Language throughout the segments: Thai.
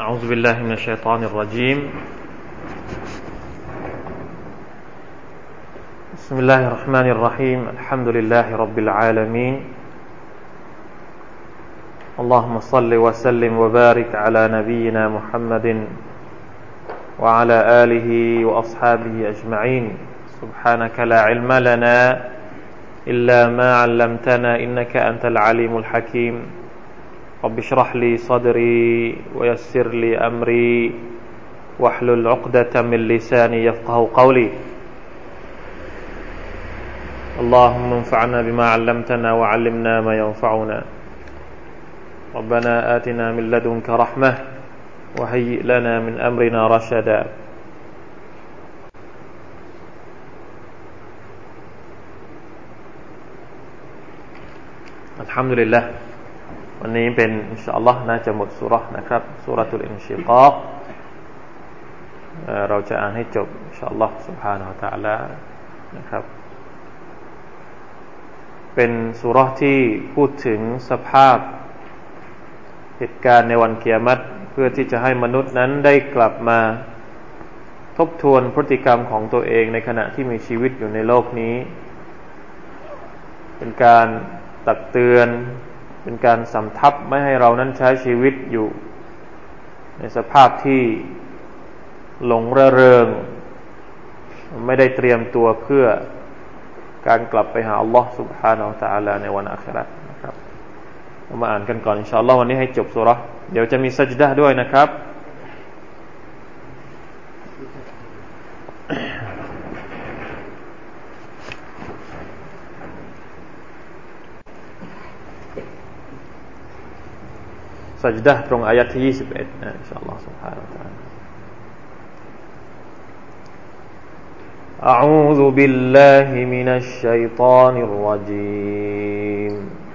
أعوذ بالله من الشيطان الرجيم بسم الله الرحمن الرحيم الحمد لله رب العالمين اللهم صل وسلم وبارك على نبينا محمد وعلى آله وأصحابه أجمعين سبحانك لا علم لنا إلا ما علمتنا إنك أنت العليم الحكيم رب اشرح لي صدري ويسر لي أمري واحلل عقدة من لساني يفقهوا قولي اللهم انفعنا بما علمتنا وعلمنا ما ينفعنا ربنا آتنا من لدنك رحمة وهيئ لنا من أمرنا رشدا الحمد للهวันนี้เป็นอินชาอัลลอฮ์น่าจะหมดซูเราะห์นะครับซูเราะตุลอินชิกอกเราจะอ่านให้จบอินชาอัลลอฮ์ سبحانه และ تعالى นะครับเป็นซูเราะห์ที่พูดถึงสภาพเหตุการณ์ในวันกิยามะฮ์เพื่อที่จะให้มนุษย์นั้นได้กลับมาทบทวนพฤติกรรมของตัวเองในขณะที่มีชีวิตอยู่ในโลกนี้เป็นการตักเตือนเป็นการสำทับไม่ให้เรานั้นใช้ชีวิตอยู่ในสภาพที่หลงระเริงไม่ได้เตรียมตัวเพื่อการกลับไปหาอัลลอฮ์ سبحانه และ تعالى ในวันอาคิเราะห์นะครับเรามาอ่านกันก่อนอินชาอัลลอฮ์วันนี้ให้จบซูเราะห์เดี๋ยวจะมีซัจดะห์ด้วยนะครับซัจดะห์ตรงอายะห์ที่21นะอินชาอัลลอฮ์ سبحانه และ تعالى أعوذ بالله من الشيطان الرجيم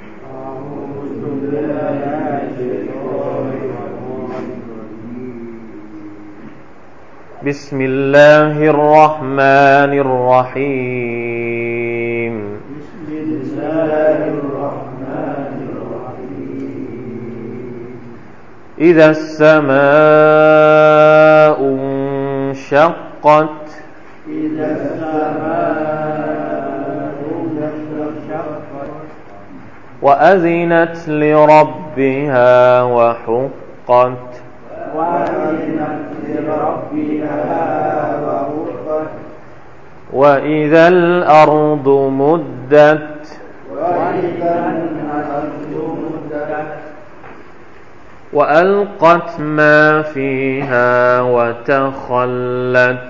بسم الله الرحمن الرحيم إذا السماء انشقت وأذنت لربها وحقت وإذا الأرض مدت وألقت ما فيها وتخلت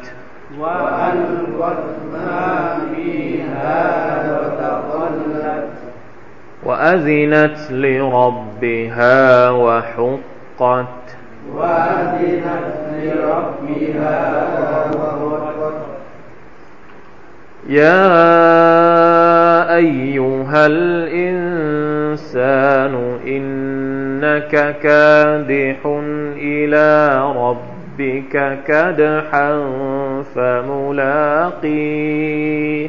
وأذنت لربها وحقت يا أيها الإنسان إنك كادح إلى ربك كدحا فملاقيه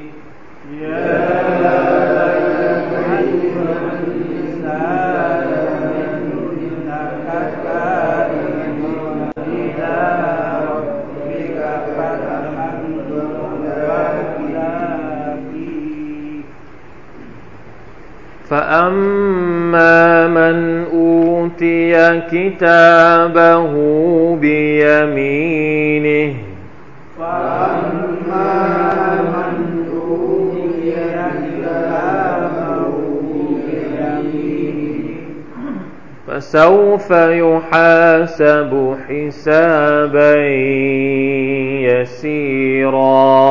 فأما من أوتي كتابه بيمينه فسوف يحاسب حسابا يسيرا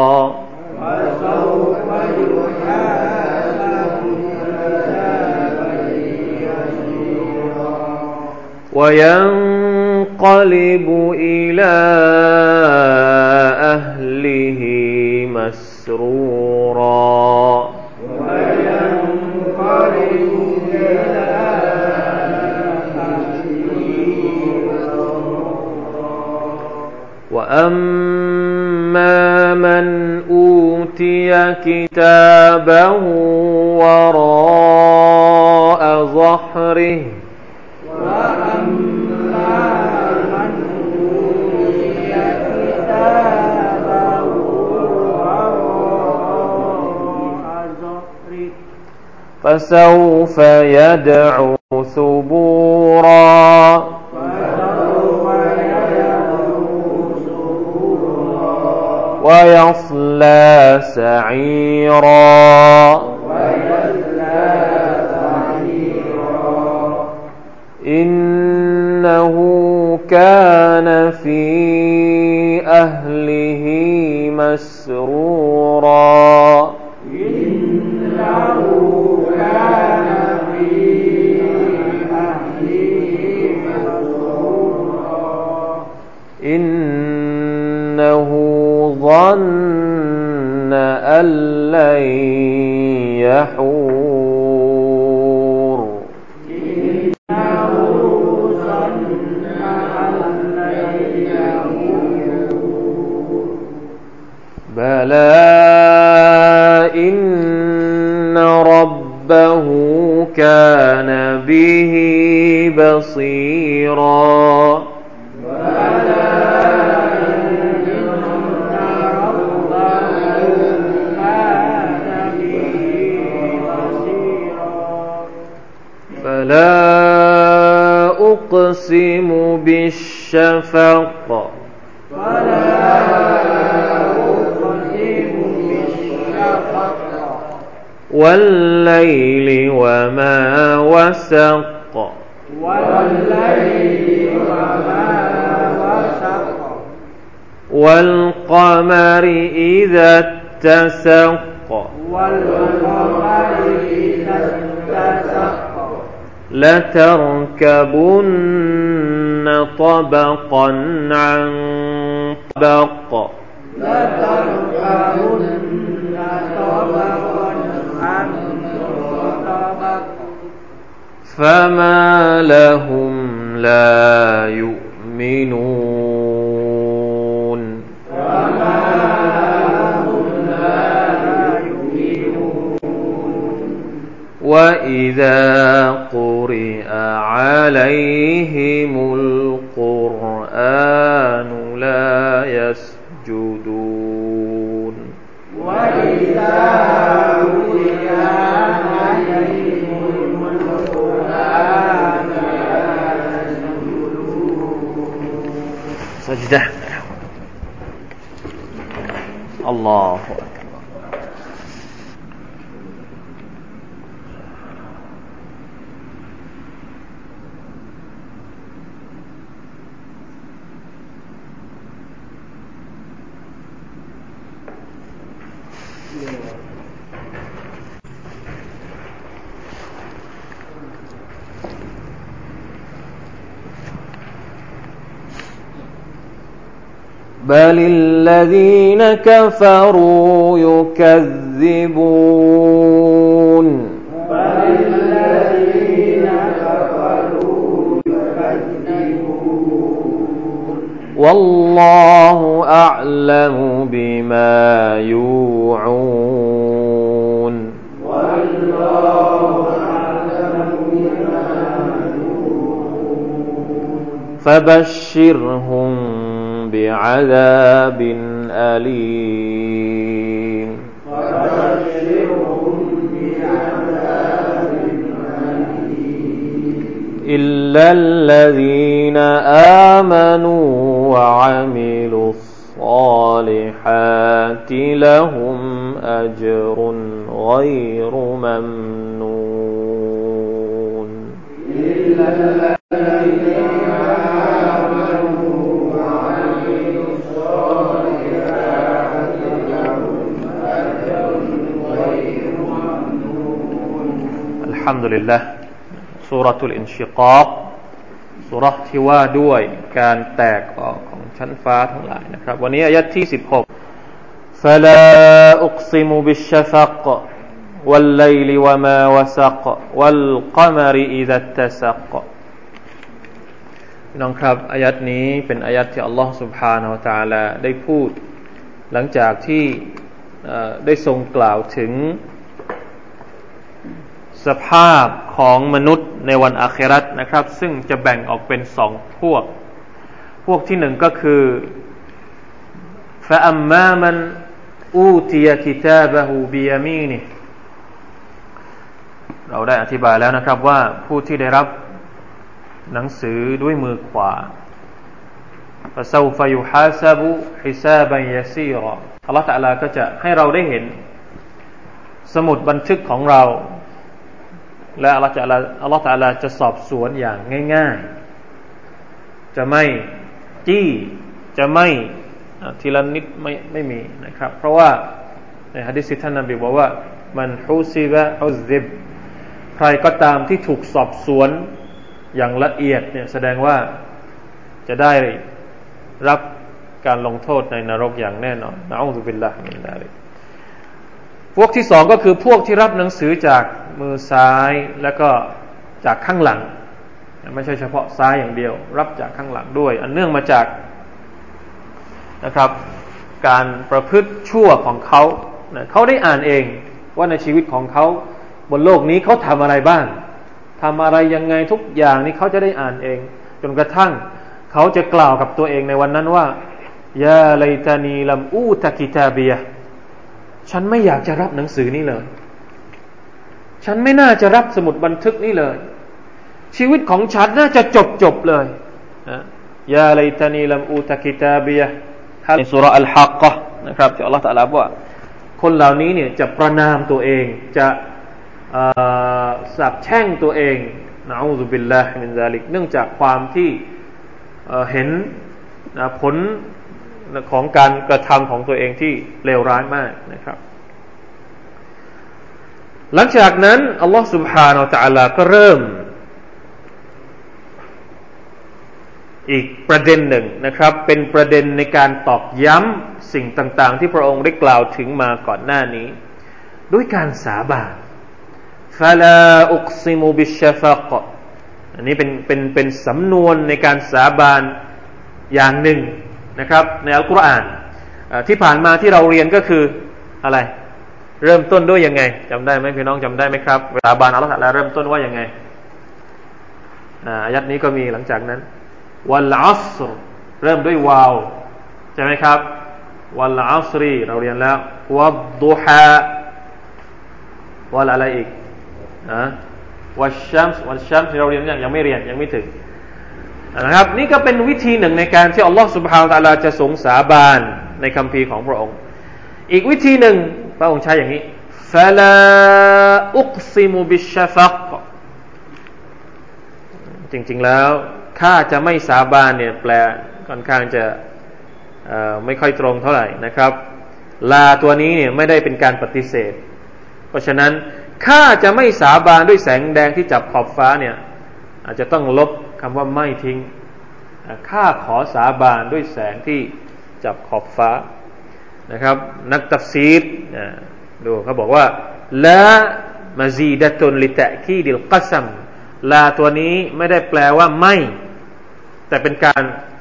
وينقلب إلى أهله مسرورا وأما من أوتي كتابه وراء ظهره وأما من فسوف يدعو ثبورا ويصلى سعيرا إنه كان في أهله مسرورا إنه ظن أن لن يحور بلى إن ربه كان به بصيرا فلا أقسم بالشفق والليل وما وسق والقمر إذا اتسق لتركبن طبقا عن طبق فما لهم لا يؤمنون وإذا قرئ عليهم القرآن لا يسجدون وإذا قرئ عليهم القرآن لا يسجدون سجدة الله بل الذين كفروا يكذبون والله أعلم بما يوعون فبشرهم بعذاب أليم إلا الذين آمنوا وعملوا الصالحات لهم أجر غير ممنون إلا الذين الحمد لله ซูเราะตุลอินชิกอกซูเราะห์ที่ว่าด้วยการแตกออกของชั้นฟ้าทั้งหลายนะครับวันนี้อายะห์ที่16 فلا أقسم بالشفق والليل وما وسق والقمر إذا اتسق พี่น้องครับอายะห์นี้เป็นอายะห์ที่อัลลอฮฺ سبحانه และ تعالى ได้พูดหลังจากที่ได้ทรงกล่าวถึงสภาพของมนุษย์ในวันอาคิเราะห์นะครับซึ่งจะแบ่งออกเป็น2พวกที่1ก็คือฟะอัมมามันอูติยะกิตาบะฮูบิยามีนิเราได้อธิบายแล้วนะครับว่าผู้ที่ได้รับหนังสือด้วยมือขวาفسوف يحاسب حسابا يسيرا อัลเลาะห์ตะอาลาก็จะให้เราได้เห็นสมุดบันทึกของเราและอัลเลาะห์ตะอาลาจะสอบสวนอย่างง่ายๆจะไม่จี้จะไม่ทีละนิดไม่มีนะครับเพราะว่าในหะดีษที่ท่านนบีบอกว่ามันฮุซิบะอุซิบใครก็ตามที่ถูกสอบสวนอย่างละเอียดเนี่ยแสดงว่าจะได้รับการลงโทษในนรกอย่างแน่นอนนะอูซุบิลลาฮิมินซาลิกพวกที่สองก็คือพวกที่รับหนังสือจากมือซ้ายแล้วก็จากข้างหลังไม่ใช่เฉพาะซ้ายอย่างเดียวรับจากข้างหลังด้วยอันเนื่องมาจากนะครับการประพฤติชั่วของเขาเขาได้อ่านเองว่าในชีวิตของเขาบนโลกนี้เขาทำอะไรบ้างทำอะไรยังไงทุกอย่างนี้เขาจะได้อ่านเองจนกระทั่งเขาจะกล่าวกับตัวเองในวันนั้นว่ายาไลตานีลัมอูตะกิตาบียะฉันไม่อยากจะรับหนังสือนี้เลยฉันไม่น่าจะรับสมุดบันทึกนี้เลยชีวิตของฉันน่าจะจบเลยยาไลตานีลัมอูตะกิตาบียะในซูเราะห์อัลฮักกะห์นะครับที่อัลเลาะห์ตะอาลาบอกว่าคนเหล่านี้เนี่ยจะประณามตัวเองจะสาปแช่งตัวเองนะอูซุบิลลาฮิมินซาลิกเนื่องจากความที่เห็นผลของการกระทำของตัวเองที่เลวร้ายมากนะครับหลังจากนั้นอัลลอฮฺ سبحانه และ تعالى ก็เริ่มอีกประเด็นหนึ่งนะครับเป็นประเด็นในการตอกย้ำสิ่งต่างๆที่พระองค์ได้กล่าวถึงมาก่อนหน้านี้ด้วยการสาบานฟะลาอุกซิมุบิชชะฟักอันนี้เป็นสำนวนในการสาบานอย่างหนึ่งนะครับในอัลกุรอานที่ผ่านมาที่เราเรียนก็คืออะไรเริ่มต้นด้วยยังไงจำได้ไหมพี่น้องจำได้ไหมครับสาบานอัลเลาะห์ตะอาลาเริ่มต้นว่ายังไงอายัดนี้ก็มีหลังจากนั้นวัลอัศรเริ่มด้วยวาวใช่ไหมครับวัลอัศรีเราเรียนแล้ววัดดุฮาวัลอะไรอีกวัชชัมส์เราเรียนยังไม่เรียนยังไม่ถึงนะครับนี่ก็เป็นวิธีหนึ่งในการที่อัลลอฮฺ سبحانه และ تعالى จะทรงสาบานในคัมภีร์ของพระองค์อีกวิธีหนึ่งพระองค์ใช้อย่างนี้ฟะลาอุกซิมุบิชชะฟักจริงๆแล้วข้าจะไม่สาบานเนี่ยแปลค่อนข้างจะไม่ค่อยตรงเท่าไหร่นะครับลาตัวนี้เนี่ยไม่ได้เป็นการปฏิเสธเพราะฉะนั้นข้าจะไม่สาบานด้วยแสงแดงที่จับขอบฟ้าเนี่ยอาจจะต้องลบคำว่าไม่ทิ้งข้าขอสาบานด้วยแสงที่จับขอบฟ้านะครับนักตัฟซีรดูเขาบอกว่าละมาซีดะตุนลิตะคีดิลกัซัมลาตัวนี้ไม่ได้แปลว่าไม่แต่เป็นการ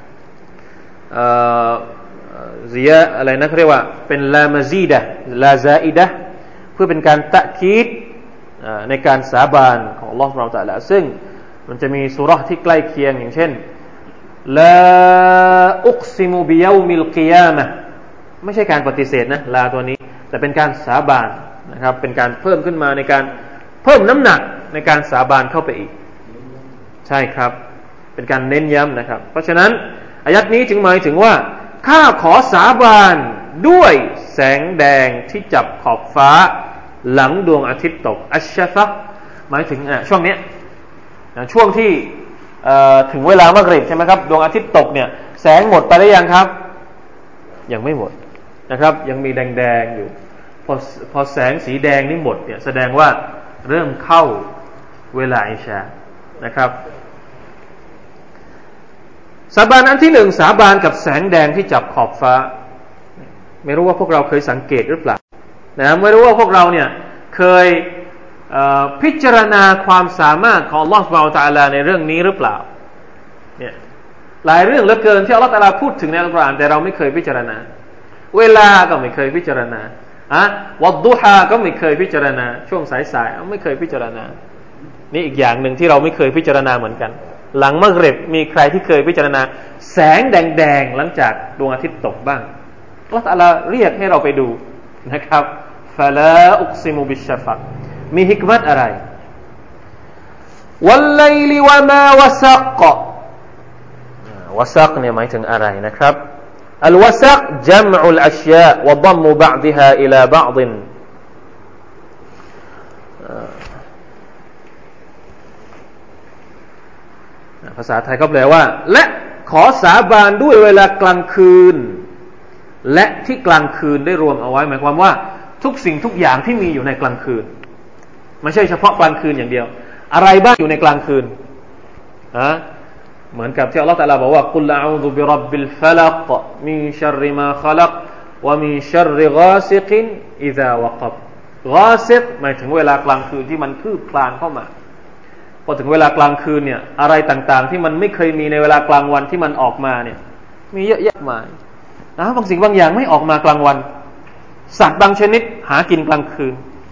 ซิยะอะไรนะเขาเรียกว่าเป็นลามาซีดะลาซาอิดะเพื่อเป็นการตะคีดในการสาบานของอัลเลาะห์ซุบฮานะฮูวะตะอาลาซึ่งมันจะมีซูเราะห์ที่ใกล้เคียงอย่างเช่นลาอุกซิมุบิยอมิลกิยามะห์ไม่ใช่การปฏิเสธนะลาตัวนี้แต่เป็นการสาบานนะครับเป็นการเพิ่มขึ้นมาในการเพิ่มน้ำหนักในการสาบานเข้าไปอีกใช่ครับเป็นการเน้นย้ำนะครับเพราะฉะนั้นอายัดนี้จึงหมายถึงว่าข้าขอสาบานด้วยแสงแดงที่จับขอบฟ้าหลังดวงอาทิตย์ตกอัชชะฟักหมายถึงช่วงนี้ช่วงที่ถึงเวลามักริบใช่ไหมครับดวงอาทิตย์ตกเนี่ยแสงหมดไปหรือยังครับยังไม่หมดนะครับยังมีแดงๆอยู่พอแสงสีแดงนี่หมดเนี่ยแสดงว่าเริ่มเข้าเวลาอิชานะครับสาบานอันที่หนึ่งสาบานกับแสงแดงที่จับขอบฟ้าไม่รู้ว่าพวกเราเคยสังเกตหรือเปล่านะไม่รู้ว่าพวกเราเนี่ยเคยพิจารณาความสามารถของอัลลอฮฺซุบฮานะฮูวะตะอาลาในเรื่องนี้หรือเปล่าเนี่ยหลายเรื่องเหลือเกินที่อัลลอฮฺตะอาลาพูดถึงในอัลกุรอานแต่เราไม่เคยพิจารณาเวลาก็ไม่เคยพิจารณาวัดดุฮาก็ไม่เคยพิจารณาช่วงสายๆไม่เคยพิจารณานี่อีกอย่างหนึ่งที่เราไม่เคยพิจารณาเหมือนกันหลังมักริบมีใครที่เคยพิจารณาแสงแดงๆหลังจากดวงอาทิตย์ตกบ้างอัลลอฮฺตะอาลาเรียกให้เราไปดูนะครับฟะลาอุกซิมุบิชชะฟักมีฮิกมัตอะไรวัลไลลิวะมาวะซักวะซักเนี่ยหมายถึงอะไรนะครับอัลวะซักจัมอุลอัชยาวะดัมมุบะอ์ดิฮาอิลาบะอ์ฎภาษาไทยก็แปลว่าและขอสาบานด้วยเวลากลางคืนและที่กลางคืนได้รวมเอาไว้หมายความว่าทุกสิ่งทุกอย่างที่มีอยู่ในกลางคืนไม่ใช่เฉพาะกลางคืนอย่างเดียวอะไรบ้างอยู่ในกลางคืนเหมือนกับที่อัลเลาะห์ตะอาลาบอกว่ากุลอะอูซุบิร็อบบิลฟะลักมินชัรริมาคอลักวะมินชัรริฆาซิกินอิซาวะกับฆาซิกหมายถึงเวลากลางคืนที่มันคืบคลานเข้ามาพอถึงเวลากลางคืนเนี่ยอะไรต่างๆที่มันไม่เคยมีในเวลากลางวันที่มันออกมาเนี่ยมีเยอะแยะมากบางสิ่งบางอย่างไม่ออกมากลางวันสัตว์บางชนิดหากินกลางคืน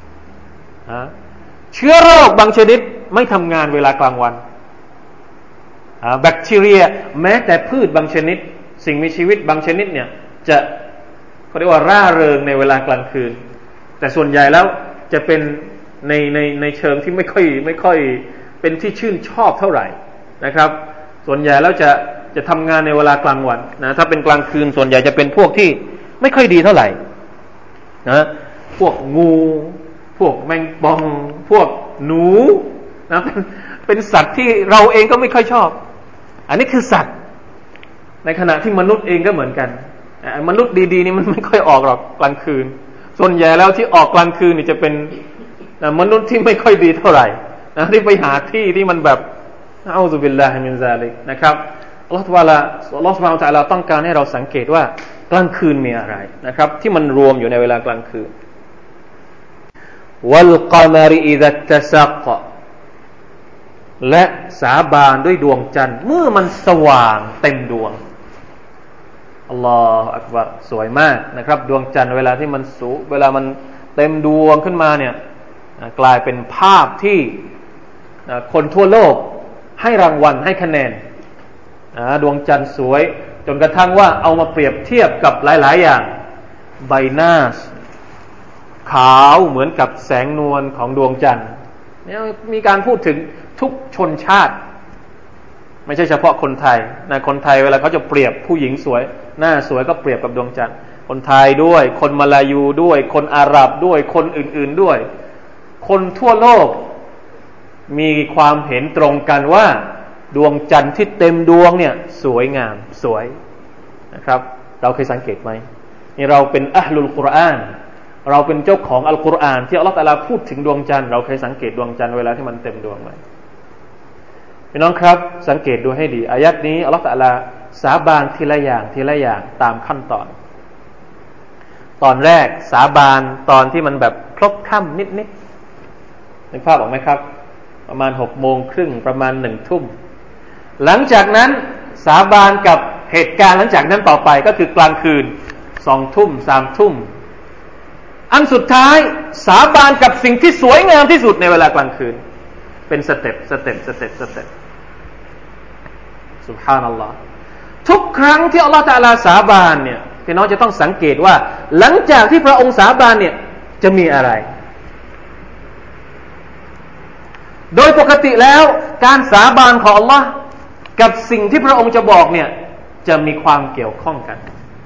เชื้อโรคบางชนิดไม่ทำงานเวลากลางวันแบคทีเรียแม้แต่พืชบางชนิดสิ่งมีชีวิตบางชนิดเนี่ยจะเขาเรียกว่าร่าเริงในเวลากลางคืนแต่ส่วนใหญ่แล้วจะเป็นในเชิงที่ไม่ค่อยเป็นที่ชื่นชอบเท่าไหร่นะครับส่วนใหญ่แล้วจะทำงานในเวลากลางวันนะถ้าเป็นกลางคืนส่วนใหญ่จะเป็นพวกที่ไม่ค่อยดีเท่าไหร่นะพวกงูพวกแมงป่องพวกหนูนะเป็นสัตว์ที่เราเองก็ไม่ค่อยชอบอันนี้คือสัตว์ในขณะที่มนุษย์เองก็เหมือนกันมนุษย์ดีๆนี่มันไม่ค่อยออกหรอกกลางคืนส่วนใหญ่แล้วที่ออกกลางคืนนี่จะเป็นมนุษย์ที่ไม่ค่อยดีเท่าไหร่นะที่ไปหาที่มันแบบอะอูซุบิลลาฮิมินซาลิกนะครับอัลเลาะห์ซุบฮานะฮูวะตะอาลาต้องการให้เราสังเกตว่ากลางคืนมีอะไรนะครับที่มันรวมอยู่ในเวลากลางคืนวัลกอมะริอิซัตตะซักและสาบานด้วยดวงจันทร์เมื่อมันสว่างเต็มดวงอัลลอฮฺอักบัรสวยมากนะครับดวงจันทร์เวลาที่มันเวลามันเต็มดวงขึ้นมาเนี่ยกลายเป็นภาพที่คนทั่วโลกให้รางวัลให้คะแนนดวงจันทร์สวยจนกระทั่งว่าเอามาเปรียบเทียบกับหลายๆอย่างใบหน้าขาวเหมือนกับแสงนวลของดวงจันทร์เนี่ยมีการพูดถึงทุกชนชาติไม่ใช่เฉพาะคนไทยนะคนไทยเวลาเขาจะเปรียบผู้หญิงสวยหน้าสวยก็เปรียบกับดวงจันทร์คนไทยด้วยคนมาลายูด้วยคนอาหรับด้วยคนอื่นๆด้วยคนทั่วโลกมีความเห็นตรงกันว่าดวงจันทร์ที่เต็มดวงเนี่ยสวยงามสวยนะครับเราเคยสังเกตไหมนี่เราเป็นอะห์ลุลกุรอานเราเป็นเจ้าของอัลกุรอานที่อัลเลาะห์ตะอาลาพูดถึงดวงจันทร์เราเคยสังเกตดวงจันทร์เวลาที่มันเต็มดวงไหมพี่น้องครับสังเกตดูให้ดีอายัดนี้อัลเลาะห์ตะอาลาสาบานทีละอย่างตามขั้นตอนตอนแรกสาบานตอนที่มันแบบพลบค่ำนิดนึกภาพออกไหมครับประมาณ 18:30 ประมาณ 1 ทุ่มหลังจากนั้นสาบานกับเหตุการณ์หลังจากนั้นต่อไปก็คือกลางคืน 2 ทุ่ม 3 ทุ่มอันสุดท้ายสาบานกับสิ่งที่สวยงามที่สุดในเวลากลางคืนเป็นสเต็ปซุบฮานัลลอฮ์ทุกครั้งที่อัลเลาะห์ตะอาลาสาบานเนี่ยพี่น้องจะต้องสังเกตว่าหลังจากที่พระองค์สาบานเนี่ยจะมีอะไรโดยปกติแล้วการสาบานของอัลลอฮ์กับสิ่งที่พระองค์จะบอกเนี่ยจะมีความเกี่ยวข้องกัน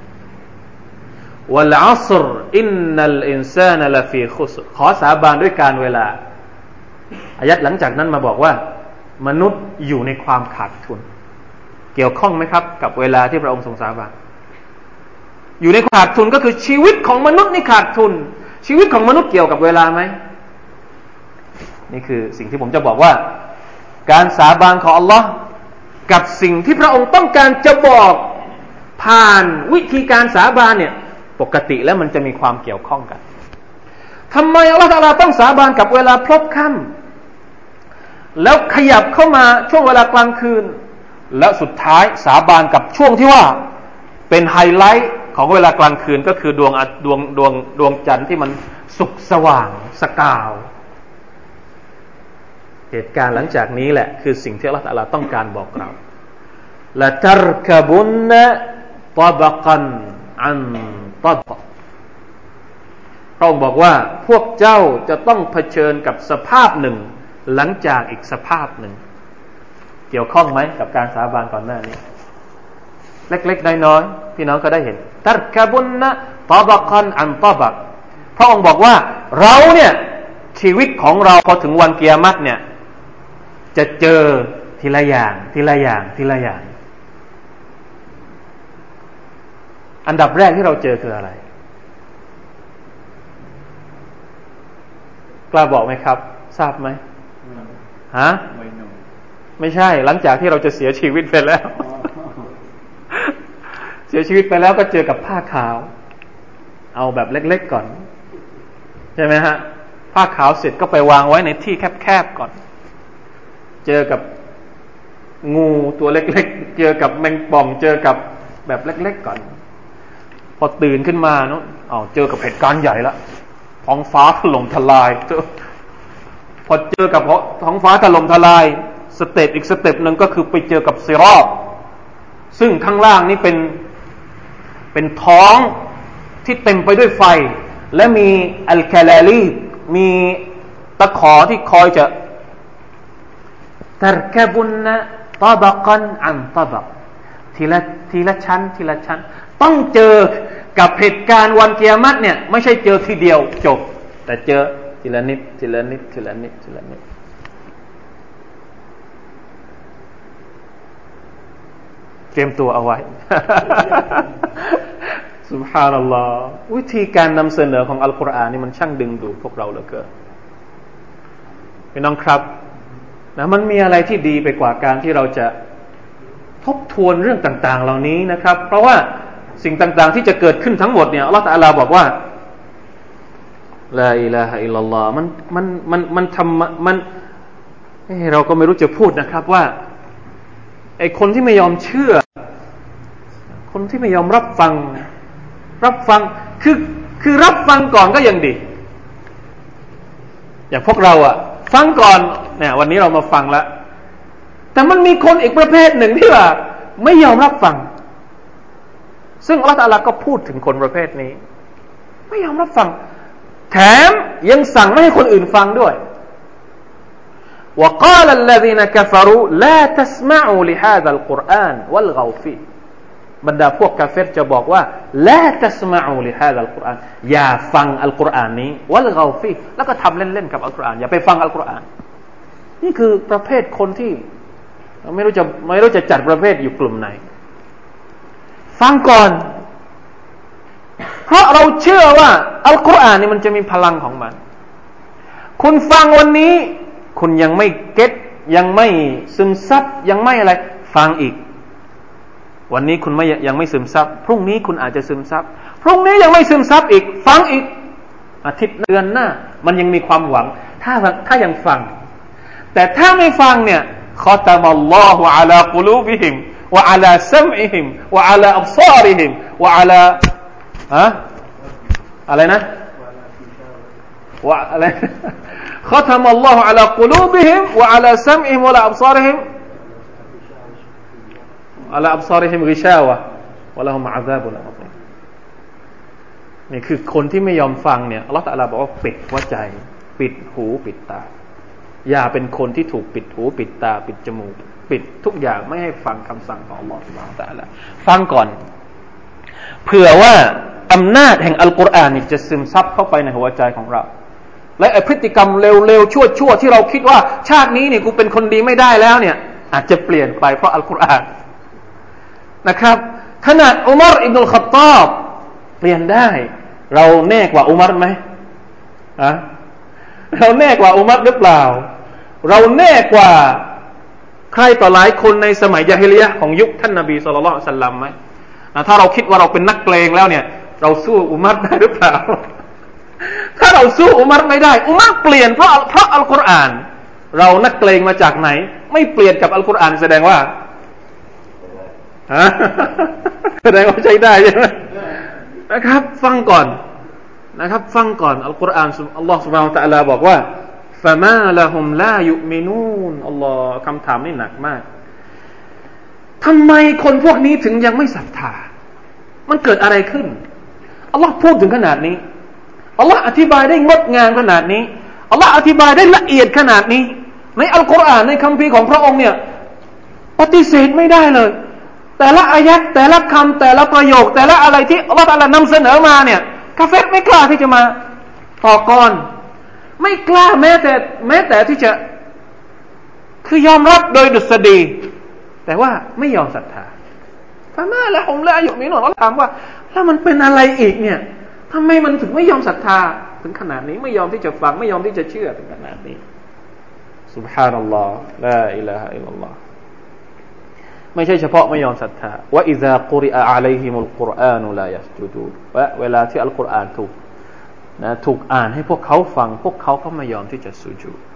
วัลอัศรอินนัลอินซานะลฟีคุสรขอสาบานด้วยการเวลาอายัดหลังจากนั้นมาบอกว่ามนุษย์อยู่ในความขาดทุนเกี่ยวข้องไหมครับกับเวลาที่พระองค์ทรงสาบานอยู่ในขาดทุนก็คือชีวิตของมนุษย์นี่ขาดทุนชีวิตของมนุษย์เกี่ยวกับเวลาไหมนี่คือสิ่งที่ผมจะบอกว่าการสาบานของอัลลอฮ์กับสิ่งที่พระองค์ต้องการจะบอกผ่านวิธีการสาบานเนี่ยปกติแล้วมันจะมีความเกี่ยวข้องกันทำไมอัลลอฮฺตะอาลาต้องสาบานกับเวลาพลบค่ำแล้วขยับเข้ามาช่วงเวลากลางคืนแล้วสุดท้ายสาบานกับช่วงที่ว่าเป็นไฮไลท์ของเวลากลางคืนก็คือดวงจันทร์ที่มันสุกสว่างสกาวเหตุการณ์หลังจากนี้แหละคือสิ่งที่อัลเลาะห์ตะอาลาต้องการบอกเราละตัรกะบุนนะตะบะกันอันตะบะพระองค์บอกว่าพวกเจ้าจะต้องเผชิญกับสภาพหนึ่งหลังจากอีกสภาพหนึ่งเกี่ยวข้องไหมกับการสาบานก่อนหน้านี้เล็กๆน้อยๆพี่น้องก็ได้เห็นตัรกะบุนนะตะบักันอันตะบักพระองค์บอกว่าเราเนี่ยชีวิตของเราพอถึงวันกิยามะฮ์เนี่ยจะเจอทีละอย่างทีละอย่างทีละอย่างอันดับแรกที่เราเจอคืออะไรกล้าบอกไหมครับทราบไหมฮะไม่ใช่หลังจากที่เราจะเสียชีวิตไปแล้วเสียชีวิตไปแล้วก็เจอกับผ้าขาวเอาแบบเล็กๆก่อนใช่ไหมฮะผ้าขาวเสร็จก็ไปวางไว้ในที่แคบๆก่อนเจอกับงูตัวเล็กๆเจอกับแมงป่องเจอกับแบบเล็กๆก่อนพอตื่นขึ้นมาเนาะเจอกับเหตุการณ์ใหญ่ละท้องฟ้าถล่มทลายพอเจอกับท้องฟ้าถล่มทลายสเต็ปอีกสเต็ปนึงก็คือไปเจอกับซิรอฏซึ่งข้างล่างนี่เป็นท้องที่เต็มไปด้วยไฟและมีอัลคาลาลีมีตะขอที่คอยจะตัรกะบุนนะตะบักันอันตะบักทีละชั้นทีละชั้นต้องเจอกับเหตุการณ์วันกิยามะฮ์เนี่ยไม่ใช่เจอทีเดียวจบแต่เจอทีละนิดทีละนิดทีละนิดทีละนิดเตรียมตัวเอาไว้ ซุบฮานัลลอฮ์วิธีการนำเสนอของอัลกุรอานนี่มันช่างดึงดูดพวกเราเหลือเกินพี่น้องครับนะมันมีอะไรที่ดีไปกว่าการที่เราจะทบทวนเรื่องต่างๆเหล่านี้นะครับเพราะว่าสิ่งต่างๆที่จะเกิดขึ้นทั้งหมดเนี่ยอัลเลาะห์ตะอาลาบอกว่าลาอิลาฮะอิลลัลลอฮ์มันทำมันเราก็ไม่รู้จะพูดนะครับว่าไอ้คนที่ไม่ยอมเชื่อคนที่ไม่ยอมรับฟังคือรับฟังก่อนก็ยังดีอย่างพวกเราอะฟังก่อนเนี่ยวันนี้เรามาฟังแล้วแต่มันมีคนอีกประเภทหนึ่งที่ว่าไม่ยอมรับฟังซึ่งอัลเลาะห์ตะอาลาก็พูดถึงคนประเภทนี้ไม่ยอมรับฟังแถมยังสั่งไม่ให้คนอื่นฟังด้วยوقال الذين كفروا لا تسمعوا لهذا القرآن والغوا فيه บรรดาพวกกาเฟรจะบอกว่า لا تسمعوا لهذا القرآن อย่าฟังอัลกุรอานนี้ والغوا فيه แล้วก็ทำเล่นๆกับอัลกุรอานอย่าไปฟังอัลกุรอานนี่คือประเภทคนที่ไม่รู้จะจัดประเภทอยู่กลุ่มไหนฟังก่อนเพราะเราเชื่อว่าอัลกุรอานนี่มันจะมีพลังของมันคุณฟังวันนี้คุณยังไม่เก็ตยังไม่ซึมซับยังไม่อะไรฟังอีกวันนี้คุณยังไม่ซึมซับพรุ่งนี้คุณอาจจะซึมซับพรุ่งนี้ยังไม่ซึมซับอีกฟังอีกอาทิตย์เดือนหน้ามันยังมีความหวังถ้ายังฟังแต่ถ้าไม่ฟังเนี่ยขอตะมัลลอฮุอะลากุลูบิฮิมวะอะลาซัมอิฮิมวะอะลาอับซาริฮิมวะอะลาอะไรนะวะอะไรختم الله على قلوبهم وعلى سمعهم وعلى أبصارهم على أبصارهم غشاوة ولهم عذاب عظيم นี่คือคนที่ไม่ยอมฟังเนี่ยอัลเลาะห์ตะอาลาบอกว่าปิดหัวใจปิดหูปิดตาอย่าเป็นคนที่ถูกปิดหูปิดตาปิดจมูกปิดทุกอย่างไม่ให้ฟังคำสั่งของอัลเลาะห์ซุบฮานะฮูวะตะอาลาฟังก่อนเผื่อว่าอำนาจแห่งอัลกุรอานนี่จะซึมซับเข้าไปในหัวใจของเราและพฤติกรรมเร็วๆชั่วๆที่เราคิดว่าชาตินี้เนี่ยกูเป็นคนดีไม่ได้แล้วเนี่ยอาจจะเปลี่ยนไปเพราะอัลกุรอานนะครับขนาดอุมัรอิบนุลค็อฏฏอบเปลี่ยนได้เราแน่กว่าอุมัรไหมเราแน่กว่าอุมัรหรือเปล่าเราแน่กว่าใครต่อหลายคนในสมัยญะฮิลิยะห์ของยุคท่านนบีศ็อลลัลลอฮุอะลัยฮิวะซัลลัมไหมถ้าเราคิดว่าเราเป็นนักเกรงแล้วเนี่ยเราสู้อุมัรได้หรือเปล่าถ้าเราสู้อุมัรไม่ได้อุมัรเปลี่ยนเพราะอัลกุรอานเรานักเกรงมาจากไหนไม่เปลี่ยนกับอัลกุรอานแสดงว่าแสดงว่าใช้ได้ใช่ไหมนะครับฟังก่อนนะครับฟังก่อนอัลกุรอานอัลลอฮฺ سبحانه และ تعالى บอกว่า فما لهم لا يؤمنون อัลลอฮฺคำถามนี่หนักมากทำไมคนพวกนี้ถึงยังไม่ศรัทธามันเกิดอะไรขึ้นอัลลอฮฺพูดถึงขนาดนี้อัลลอฮฺอธิบายได้งดงามขนาดนี้อัลลอฮฺอธิบายได้ละเอียดขนาดนี้ในอัลกุรอานในคัมภีร์ของพระองค์เนี่ยปฏิเสธไม่ได้เลยแต่ละอายัดแต่ละคำแต่ละประโยคแต่ละอะไรที่อัลเลาะห์ตะอาลานำเสนอมาเนี่ยกาเฟรไม่กล้าที่จะมาต่อกรไม่กล้าแม้แต่ที่จะคือยอมรับโดยดุษฎีแต่ว่าไม่ยอมศรัทธาฟะมาละฮุมลายุมินูนเราถามว่าแล้วมันเป็นอะไรอีกเนี่ยทำไมมันถึงไม่ยอมศรัทธาถึงขนาดนี้ไม่ยอมที่จะฟังไม่ยอมที่จะเชื่อถึงขนาดนี้ซุบฮานัลลอฮ์ลาอิลาฮะอิลลัลลอฮ์ไม่ใช่เฉพาะไม่ยอมศรัทธาวะอิซากุริอะอะลัยฮิมุลกุรอานุลายัสจุดูนและเวลาที่อัลกุรอานถูกอ่านให้พวกเขาฟังพวกเขาก็ไม่ยอมที่จะสุญูด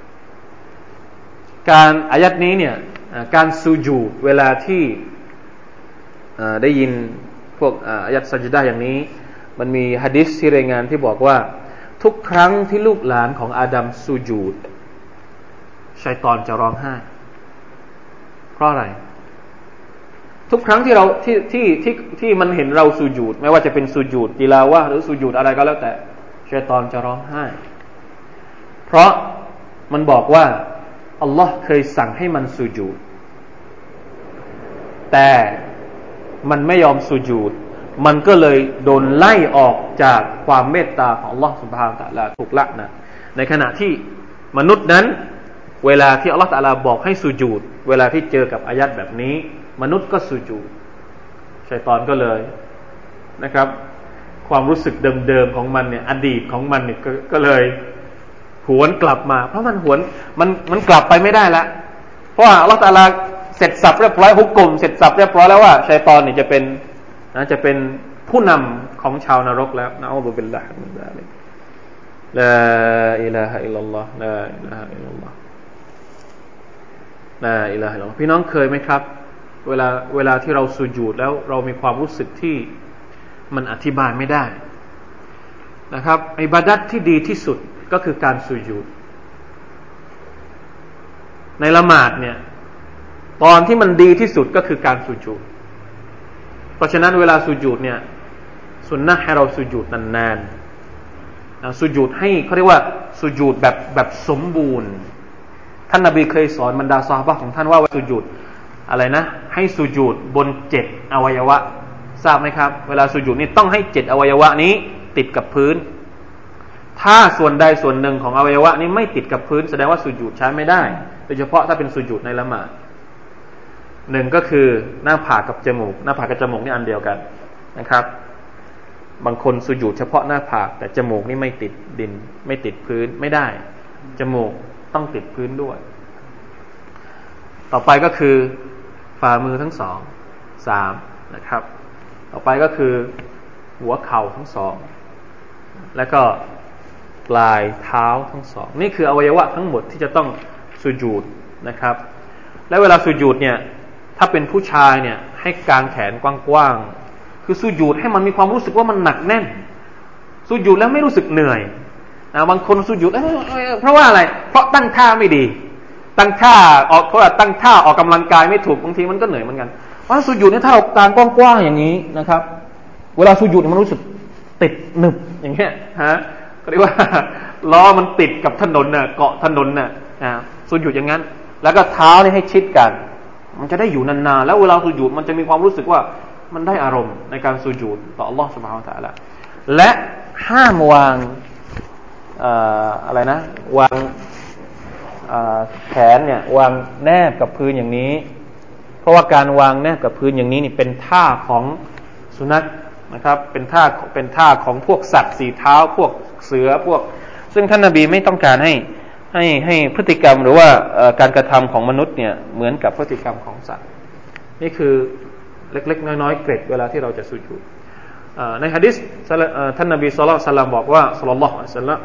การอายัดนี้เนี่ยการสุญูดเวลาที่ได้ยินพวกอายัดซัจดะห์อย่างนี้มันมีหะดีษที่รายงานที่บอกว่าทุกครั้งที่ลูกหลานของอาดัมสุญูดชัยฏอนจะร้องไห้เพราะอะไรทุกครั้งที่เราที่มันเห็นเราสุญูดไม่ว่าจะเป็นสุญูดติลาวะห์หรือสุญูดอะไรก็แล้วแต่ชัยฏอนจะร้องไห้เพราะมันบอกว่าอัลลอฮ์เคยสั่งให้มันสุญูดแต่มันไม่ยอมสุญูดมันก็เลยโดนไล่ออกจากความเมตตาของอัลลอฮ์ซุบฮานะฮูวะตะอาลาถูกละนะในขณะที่มนุษย์นั้นเวลาที่อัลลอฮ์ตะอาลาบอกให้สุญูดเวลาที่เจอกับอายัดแบบนี้มนุษย์ก็สุญูดชัยฏอนก็เลยนะครับความรู้สึกเดิมๆของมันเนี่ยอดีตของมันเนี่ยก็เลยหวนกลับมาเพราะมันกลับไปไม่ได้ละเพราะว่าอัลลอฮฺตะอาลาเสร็จสับเรียบร้อยฮุกกลมเสร็จสับเรียบร้อยแล้วว่าชัยฏอนนี่จะเป็นผู้นำของชาวนรกแล้วนะอูซุบิลลาฮิมินซาลิกลาอิลาฮะอิลลัลลอฮ์ลาอิลาฮะอิลลัลลอฮ์ลาอิลาฮะอิลลัลลอฮ์พี่น้องเคยไหมครับเวลาที่เราสุญูดแล้วเรามีความรู้สึกที่มันอธิบายไม่ได้นะครับอิบาดัตที่ดีที่สุดก็คือการสุญูดในละหมาดเนี่ยตอนที่มันดีที่สุดก็คือการสุญูดเพราะฉะนั้นเวลาสุญูดเนี่ยสุนนะห์ให้เราสุญูดนานๆสุญูดให้เขาเรียกว่าสุญูดแบบสมบูรณ์ท่านนบีเคยสอนบรรดาซอฮาบะห์ของท่านว่าสุญูดอะไรนะให้สุญูดบน7อวัยวะทราบไหมครับเวลาสุญูดนี่ต้องให้7อวัยวะนี้ติดกับพื้นถ้าส่วนใดส่วนหนึ่งของอวัยวะนี้ไม่ติดกับพื้นแสดงว่าสุญูดใช้ไม่ได้โดยเฉพาะถ้าเป็นสุญูดในละหมาดหนึ่งก็คือหน้าผากกับจมูกหน้าผากกับจมูกนี่อันเดียวกันนะครับบางคนสุญูดเฉพาะหน้าผากแต่จมูกนี่ไม่ติดดินไม่ติดพื้นไม่ได้จมูกต้องติดพื้นด้วยต่อไปก็คือฝ่ามือทั้งสอง3นะครับต่อไปก็คือหัวเข่าทั้งสองแล้วก็ปลายเท้าทั้งสองนี่คืออวัยวะทั้งหมดที่จะต้องสุญูดนะครับและเวลาสุญูดเนี่ยถ้าเป็นผู้ชายเนี่ยให้กางแขนกว้างๆคือสุญูดให้มันมีความรู้สึกว่ามันหนักแน่นสุญูดแล้วไม่รู้สึกเหนื่อยบางคนสุญูดเพราะว่าอะไรเพราะตั้งท่าไม่ดีตั้งท่าออกกำลังกายไม่ถูกบางทีมันก็เหนื่อยเหมือนกันเพราะสุญูดเนี่ยถ้าเรากางกว้างๆอย่างนี้นะครับเวลาสุญูดมันรู้สึกติดหนึบอย่างเงี้ยก็เรียกว่าล้อมันติดกับถนนน่ะเกาะถนนน่ะสุญูดอย่างนั้นแล้วก็เท้านี่ให้ชิดกันมันจะได้อยู่นานๆแล้วเวลาสุญูดมันจะมีความรู้สึกว่ามันได้อารมณ์ในการสุญูดต่ออัลเลาะห์ซุบฮานะฮูวะตะอาลาและห้ามวางอะไรนะวางแขนเนี่ยวางแนบกับพื้นอย่างนี้เพราะว่าการวางแนบกับพื้นอย่างนี้นี่เป็นท่าของสุนัขนะครับเป็นท่าของพวกสัตว์สี่เท้าพวกเสือพวกซึ่งท่านนบีไม่ต้องการให้พฤติกรรมหรือว่าการกระทำของมนุษย์เนี่ยเหมือนกับพฤติกรรมของสัตว์นี่คือเล็กๆน้อยๆเกร็ดเวลาที่เราจะสุญูดในหะดีษท่านนบีศ็อลลัลลอฮุอะลัยฮิวะซัลลัมบอกว่าศ็อลลัลลอฮุอะลัยฮิวะซัลลัม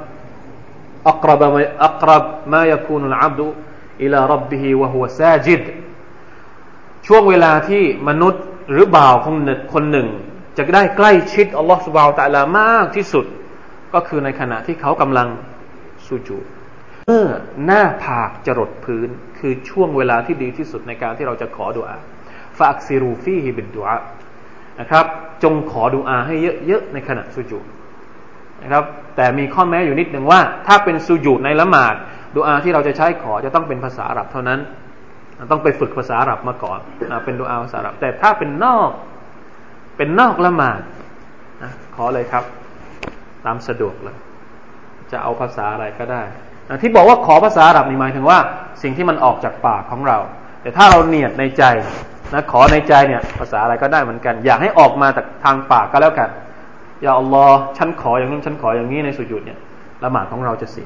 أقرب ما يكون العبد إلى ربه وهو ساجد ช่วงเวลาที่มนุษย์หรือบ่าวคนหนึ่งจะได้ใกล้ชิดอัลลอฮฺซุบฮานะฮูวะตะอาลามากที่สุดก็คือในขณะที่เขากำลังสุญูดเมื่อหน้าผากจรดพื้นคือช่วงเวลาที่ดีที่สุดในการที่เราจะขอดุอาฟะอักซิรูฟีฮิบิดดุอานะครับจงขอดุอาให้เยอะๆในขณะสุญูดนะครับแต่มีข้อแม้อยู่นิดนึงว่าถ้าเป็นสุญูดในละหมาดดุอาที่เราจะใช้ขอจะต้องเป็นภาษาอาหรับเท่านั้นต้องไปฝึกภาษาอาหรับมาก่อนเป็นดุอาภาษาอาหรับแต่ถ้าเป็นนอกละหมาดขอเลยครับตามสะดวกเลยจะเอาภาษาอะไรก็ได้ที่บอกว่าขอภาษาอาหรับนี่หมายถึงว่าสิ่งที่มันออกจากปากของเราแต่ถ้าเราเนียดในใจขอในใจเนี่ยภาษาอะไรก็ได้เหมือนกันอยากให้ออกมาจากทางปากก็แล้วกันยาอัลลอฮ์ฉันขออย่างนี้ฉันขออย่างนี้ในสุญูดเนี่ยละหมาดของเราจะเสีย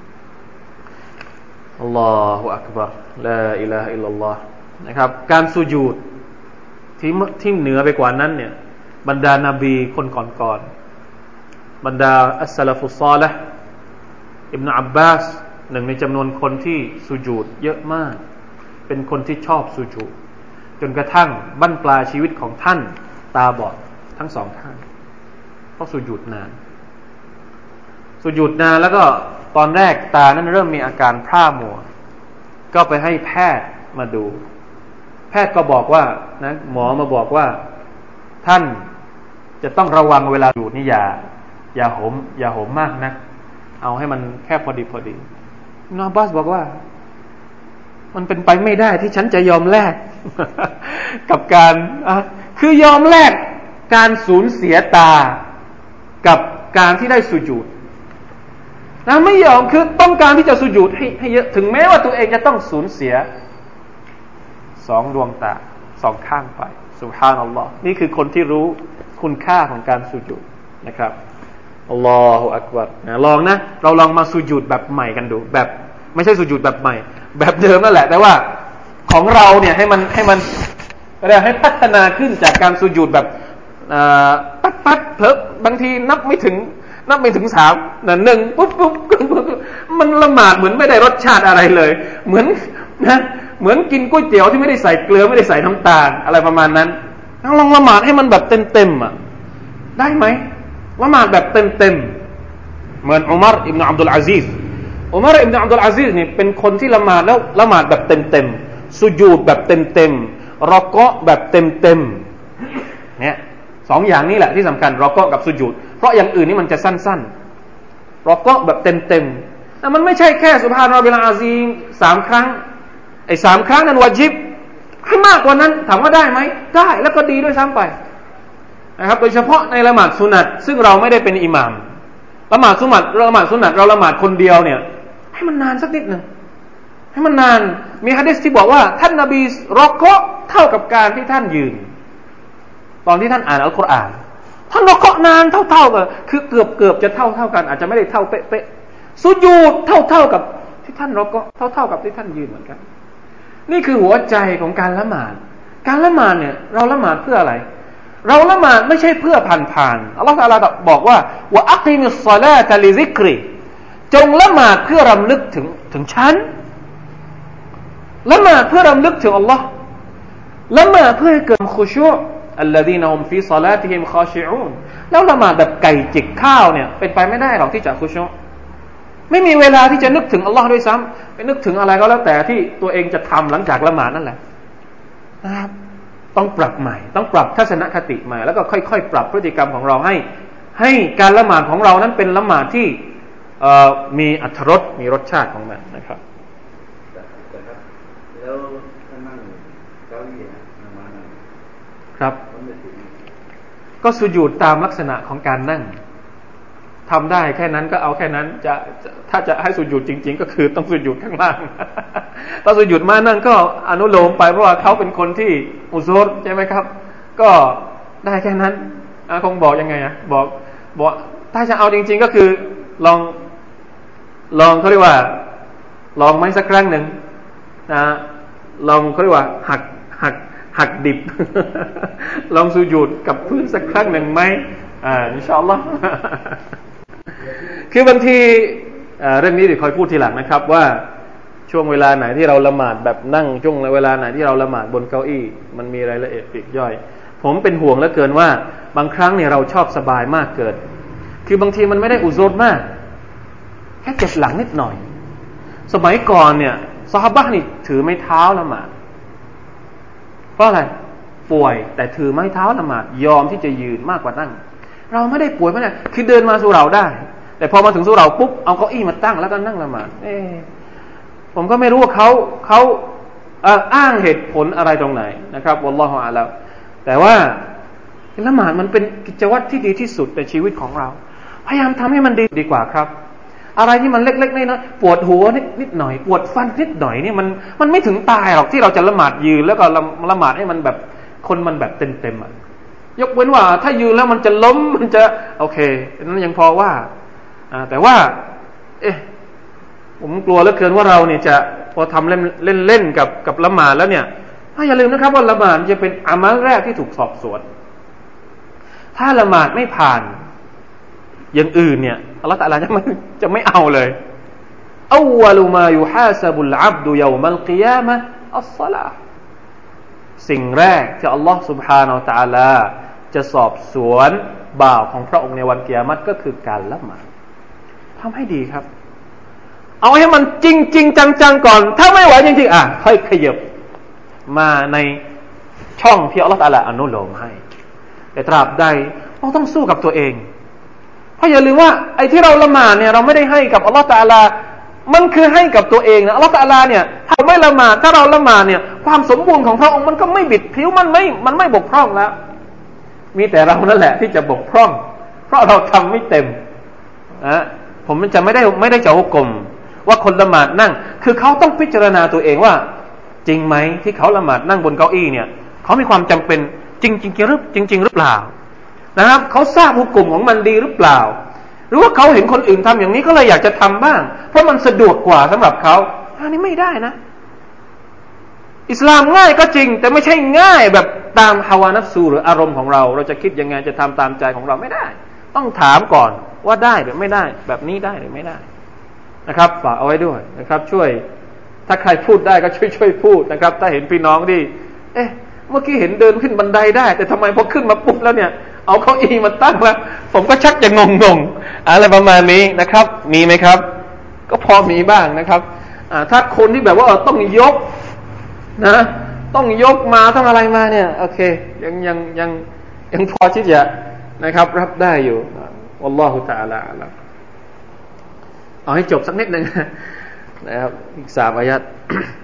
อัลลอฮฺอักบัรลาอิลาฮะอิลลัลลอฮ์นะครับการสุญูดที่เหนือไปกว่านั้นเนี่ยบรรดานบีคนก่อนบรรดาอัสซะลาฟุศอลิห์อิบนุอับบาสหนึ่งในจำนวนคนที่สุญูดเยอะมากเป็นคนที่ชอบสุญูดจนกระทั่งบั้นปลายชีวิตของท่านตาบอดทั้งสองข้างเพราะสุญูดนานแล้วก็ตอนแรกตานั้นเริ่มมีอาการพร่ามัวก็ไปให้แพทย์มาดูแพทย์ก็บอกว่านะหมอมาบอกว่าท่านจะต้องระวังเวลาสุญูดนี่อย่าโหมมากนะเอาให้มันแค่พอดีนอบัสบอกว่ามันเป็นไปไม่ได้ที่ฉันจะยอมแลก กับการคือยอมแลกการสูญเสียตากับการที่ได้สุญูดนะไม่ยอมคือต้องการที่จะสุญูดให้เยอะถึงแม้ว่าตัวเองจะต้องสูญเสีย2ดวงตา2ข้างไปซุบฮานัลลอฮ์นี่คือคนที่รู้คุณค่าของการสุญูดนะครับอัลลอฮฺอักบัรลองนะเราลองมาสุญูดแบบใหม่กันดูแบบไม่ใช่สุญูดแบบใหม่แบบเดิมนั่นแหละแต่ว่าของเราเนี่ยให้พัฒนาขึ้นจากการสุญูดแบบปั๊บเพิ่มบางทีนับไม่ถึง3นั่น1ปุ๊บมันละหมาดเหมือนไม่ได้รสชาติอะไรเลยเหมือนกินก๋วยเตี๋ยวที่ไม่ได้ใส่เกลือไม่ได้ใส่น้ำตาลอะไรประมาณนั้นลองละหมาดให้มันแบบเต็มได้ไหมละหมาดแบบเต็มเหมือนอุมัรอิบนุอับดุลอาซีซนี่เป็นคนที่ละหมาดแล้วละหมาดแบบเต็มสุญูดแบบเต็มรอกะแบบเต็มเนี่ย2อย่างนี้แหละที่สำคัญรอกะกับสุญูดเพราะอย่างอื่นนี่มันจะสั้นๆรอกะแบบเต็มแต่มันไม่ใช่แค่ซุบฮานะร็อบบิลอาซีม3ครั้งไอ้3ครั้งนั้นวาญิบให้มากกว่านั้นถามว่าได้ไหมได้แล้วก็ดีด้วยซ้ำไปนะครับโดยเฉพาะในละหมาดสุนัตซึ่งเราไม่ได้เป็นอิหม่ามละหมาดสุนัตเราละหมาดคนเดียวเนี่ยให้มันนานสักนิดนึงให้มันนานมีหะดีษที่บอกว่าท่านนบีรอกะเท่ากับการที่ท่านยืนตอนที่ท่านอ่านอัลกุรอานท่านรอกะนานเท่ากันคือเกือบจะเท่ากันอาจจะไม่ได้เท่าเป๊ะๆสุญูดเท่ากับที่ท่านรอกะเท่ากับที่ท่านยืนเหมือนกันนี่คือหัวใจของการละหมาดเนี่ยเราละหมาดเพื่ออะไรเราละหมาดไม่ใช่เพื่อผ่านอัลลอฮฺตะอาลาบอกว่าวะอักิมิศศอลาตะลิซิกริจงละหมาดเพื่อรำลึกถึงฉันละหมาดเพื่อรำลึกถึงอัลลอฮ์ละหมาดเพื่อให้เกิดคุชูอ์อัลลซีนะฮุมฟีศอลาติฮิมคอชิอูนแล้วละหมาดแบบไก่จิกข้าวเนี่ยเป็นไปไม่ได้หรอกที่จะคุชูอ์ไม่มีเวลาที่จะนึกถึงอัลลอฮ์ด้วยซ้ำไปนึกถึงอะไรก็แล้วแต่ที่ตัวเองจะทำหลังจากละหมาดนั่นแหละนะครับต้องปรับใหม่ต้องปรับทัศนคติใหม่แล้วก็ค่อยๆปรับพฤติกรรมของเราให้การละหมาดของเรานั้นเป็นละหมาดที่มีอรรถรสมีรสชาติของมันนะครับแล้วท่านนั่งเก้าอี้นั่งมานั่งครับก็สุญูดตามลักษณะของการนั่งทำได้แค่นั้นก็เอาแค่นั้นถ้าจะให้สุญูดจริงๆก็คือต้องสุญูดข้างล่างถ้าสุญูดมานั่งก็อนุโลมไปเพราะว่าเขาเป็นคนที่อุซูรใช่ไหมครับก็ได้แค่นั้นคงบอกยังไงบอกถ้าจะเอาจริงๆก็คือลองเขาเรียกว่าลองไหมสักครั้งหนึ่งนะลองเขาเรียกว่าหักดิบ ลองสุญูดกับพื้นสักครั้งหนึ่งไหมอินชาอัลลอฮ์ คือบางทีเรื่องนี้เดี๋ยวคอยพูดทีหลังนะครับว่าช่วงเวลาไหนที่เราละหมาดแบบนั่งช่วงเวลาไหนที่เราละหมาดบนเก้าอี้มันมีรายละเอียดปลีกย่อยผมเป็นห่วงเหลือเกินว่าบางครั้งเนี่ยเราชอบสบายมากเกินคือบางทีมันไม่ได้อุซุรมากแค่เจ็บหลังนิดหน่อยสมัยก่อนเนี่ยซอฮาบะห์นี่ถือไม้เท้าละหมาดเพราะอะไรป่วยแต่ถือไม้เท้าละหมาดยอมที่จะยืนมากกว่านั่งเราไม่ได้ป่วยไม่ได้คือเดินมาสู่เราได้แต่พอมาถึงสู่เราปุ๊บเอาเก้าอี้มาตั้งแล้วก็นั่งละหมาดผมก็ไม่รู้ว่าเขาอ้างเหตุผลอะไรตรงไหนนะครับวัลลอฮุอาลัมแต่ว่าละหมาดมันเป็นกิจวัตรที่ดีที่สุดในชีวิตของเราพยายามทำให้มันดีกว่าครับอะไรที่มันเล็กๆน้อยๆปวดหัวนิดหน่อยปวดฟันนิดหน่อยนี่มันไม่ถึงตายหรอกที่เราจะละหมาดยืนแล้วก็ละหมาดให้มันแบบคนมันแบบเต็มๆอ่ะยกเว้นว่าถ้ายืนแล้วมันจะล้มมันจะโอเคนั้นยังพอว่าแต่ว่าผมกลัวเหลือเกินว่าเราเนี่ยจะพอทำเล่นกับละหมาดแล้วเนี่ยอย่าลืมนะครับว่าละหมาดจะเป็นอามัลแรกที่ถูกสอบสวนถ้าละหมาดไม่ผ่านอย่างอื่นเนี่ยอัลเลาะห์ตะอาลาจะไม่เอาเลยอัววะลุมายุฮาซะบุลอับดุยอมัลกิยามะฮ์อัศศอลาห์สิ่งแรกที่อัลลอฮ์ سبحانه และ تعالى จะสอบสวนบ่าวของพระองค์ในวันกิยามะฮ์ก็คือการละหมาดทำให้ดีครับเอาให้มันจริงๆจังๆก่อนถ้าไม่ไหวจริงๆค่อยขยับมาในช่องที่อัลเลาะห์ตะอาลาอนุโลมให้แต่ตราบใดเราต้องสู้กับตัวเองเพราะอย่าลืมว่าไอ้ที่เราละหมาดเนี่ยเราไม่ได้ให้กับอัลเลาะห์ตะอาลามันคือให้กับตัวเองนะอัลเลาะห์ตะอาลาเนี่ยถ้าไม่ละหมาดถ้าเราละหมาดเนี่ยความสมบูรณ์ของพระองค์มันก็ไม่บิดพลิ้วมันไม่บกพร่องแล้วมีแต่เรานั่นแหละที่จะบกพร่องเพราะเราทำไม่เต็มผมจะไม่ได้จะฮุกมว่าคนละหมาดนั่งคือเขาต้องพิจารณาตัวเองว่าจริงไหมที่เขาละหมาดนั่งบนเก้าอี้เนี่ยเขามีความจำเป็นจริงหรือเปล่านะครับเขาทราบฮุกมของมันดีหรือเปล่าหรือว่าเขาเห็นคนอื่นทำอย่างนี้ก็เลยอยากจะทำบ้างเพราะมันสะดวกกว่าสำหรับเขาอันนี้ไม่ได้นะอิสลามง่ายก็จริงแต่ไม่ใช่ง่ายแบบตามฮาวานัฟซูหรืออารมณ์ของเราจะคิดยังไงจะทำตามใจของเราไม่ได้ต้องถามก่อนว่าได้หรือไม่ได้แบบนี้ได้หรือไม่ได้นะครับฝากเอาไว้ด้วยนะครับช่วยถ้าใครพูดได้ก็ช่วยพูดนะครับถ้าเห็นพี่น้องที่เมื่อกี้เห็นเดินขึ้นบันไดได้แต่ทำไมพอขึ้นมาปุ๊บแล้วเนี่ยเอาเก้าอี้มาตั้งแล้วผมก็ชักจะงงอะไรประมาณนี้นะครับมีไหมครับก็พอมีบ้างนะครับถ้าคนที่แบบว่าต้องยกนะต้องยกมาต้องอะไรมาเนี่ยโอเคยังพอที่จะนะครับรับได้อยู่วัลลอฮุตะอาลาอัลลัมเอาให้จบสักนิดนึงนะครับอีก3อายัด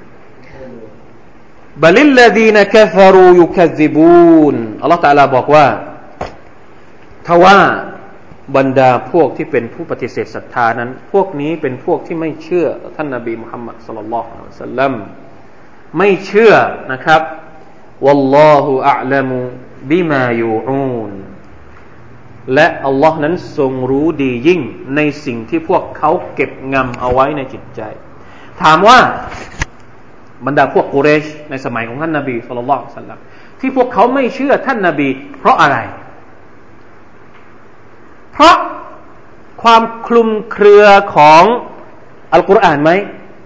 บัลิลลดีนกัฟรูยุคัซซิบูนอัลเลาะห์ตะอาลาบอกว่าทว่าบรรดาพวกที่เป็นผู้ปฏิเสธศรัทธานั้นพวกนี้เป็นพวกที่ไม่เชื่อท่านนบีมุฮัมมัดศ็อลลัลลอฮุอะลัยฮิวะซัลลัมไม่เชื่อนะครับวัลลอฮุอะลัมุบิมายูอูนและอัลลอฮ์นั้นทรงรู้ดียิ่งในสิ่งที่พวกเขาเก็บงำเอาไว้ในจิตใจถามว่าบรรดาพวกกุเรชในสมัยของท่านนบีศ็อลลัลลอฮุอะลัยฮิวะซัลลัมที่พวกเขาไม่เชื่อท่านนบีเพราะอะไรเพราะความคลุมเครือของอัลกุรอานไหม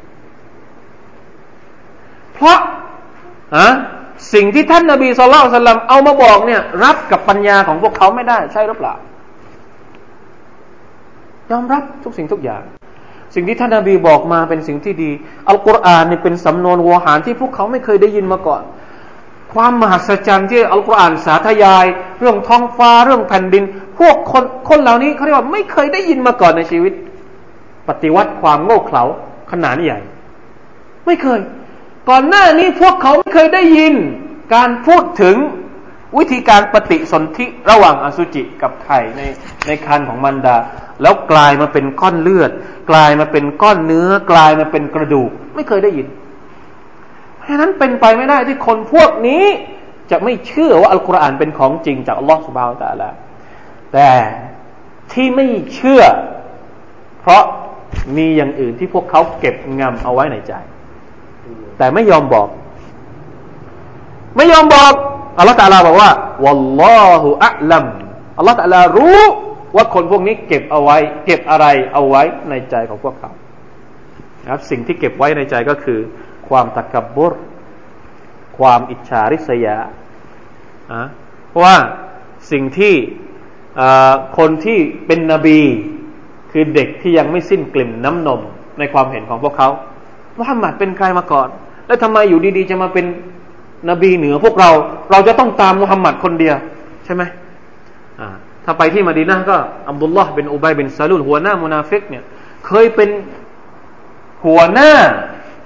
เพราะสิ่งที่ท่านนบีศ็อลลัลลอฮุอะลัยฮิวะซัลลัมเอามาบอกเนี่ยรับกับปัญญาของพวกเขาไม่ได้ใช่หรือเปล่ายอมรับทุกสิ่งทุกอย่างสิ่งที่ท่านนบีบอกมาเป็นสิ่งที่ดีอัลกุรอานนี่เป็นสำนวนวะหารที่พวกเขาไม่เคยได้ยินมาก่อนความมหัศจรรย์ที่อัลกุรอานสาธยายเรื่องท้องฟ้าเรื่องแผ่นดินพวกคนเหล่านี้เขาเรียกว่าไม่เคยได้ยินมาก่อนในชีวิตปฏิวัติความโง่เขลาขนาดใหญ่ไม่เคยก่อนหน้านี้พวกเขาไม่เคยได้ยินการพูดถึงวิธีการปฏิสนธิระหว่างอสุจิกับไข่ในครรภ์ของมารดาแล้วกลายมาเป็นก้อนเลือดกลายมาเป็นก้อนเนื้อกลายมาเป็นกระดูกไม่เคยได้ยินเพราะฉะนั้นเป็นไปไม่ได้ที่คนพวกนี้จะไม่เชื่อว่าอัลกุรอานเป็นของจริงจากอัลลอฮฺซุบฮานะฮูวะตะอาลาแต่ที่ไม่เชื่อเพราะมีอย่างอื่นที่พวกเขาเก็บงำเอาไว้ในใจแต่ไม่ยอมบอกอัลลอฮฺตะอาลาบอกว่าวัลลอฮุอะลัมอัลลอฮฺตะอาลารู้ว่าคนพวกนี้เก็บอะไรเอาไว้ในใจของพวกเขานะครับสิ่งที่เก็บไว้ในใจก็คือความตะกับบรความอิจฉาริษยาเพราะว่าสิ่งที่คนที่เป็นนบีคือเด็กที่ยังไม่สิ้นกลิ่นน้ำนมในความเห็นของพวกเขามุฮัมมัดเป็นใครมาก่อนแล้วทำไมอยู่ดีๆจะมาเป็นนบีเหนือพวกเราจะต้องตามมุฮัมมัดคนเดียวใช่ไหมถ้าไปที่มะดีนะห์ก็อับดุลลอฮ์บินอุบัยบินซาลูลหัวหน้ามุนาฟิกเนี่ยเคยเป็นหัวหน้า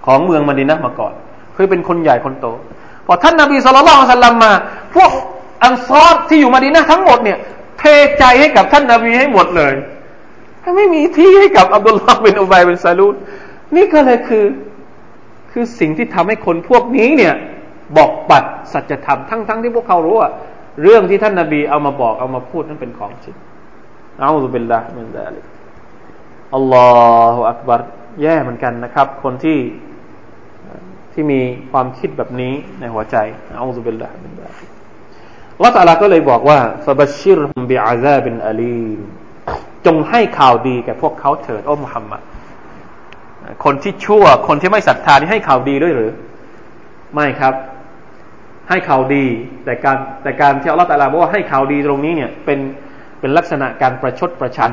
ของเมืองมะดีนะห์มาก่อนเคยเป็นคนใหญ่คนโตพอท่านนบีศ็อลลัลลอฮุอะลัยฮิวะซัลลัมมาพวกอันซอรที่อยู่มะดีนะห์ทั้งหมดเนี่ยเทใจให้กับท่านนบีให้หมดเลยไม่มีที่ให้กับอับดุลลอฮ์บินอุบัยบินซะลูลนี่ก็เลยคือสิ่งที่ทำให้คนพวกนี้เนี่ยบอกปัดสัจธรรมทั้งที่พวกเขารู้ว่าเรื่องที่ท่านนบีเอามาบอกเอามาพูดนั้นเป็นของจริงอะอูซุบิลลาฮิมินซาลิกอัลลอฮุอักบัรแย่เหมือนกันนะครับคนที่มีความคิดแบบนี้ในหัวใจอะอูซุบิลลาฮิมินซาลิกอัลเลาะห์ตะอาลาก็เลยบอกว่าฟะบัชชิรฮุมบิอะซาบินอะลีมจงให้ข่าวดีแก่พวกเขาเถิดโอ้มุฮัมมัดคนที่ชั่วคนที่ไม่ศรัทธานี่ให้ข่าวดีด้วยหรือไม่ครับให้ข่าวดีแต่การที่อัลเลาะห์ตะอาลาบอกว่าให้ข่าวดีตรงนี้เนี่ยเป็นลักษณะการประชดประชัน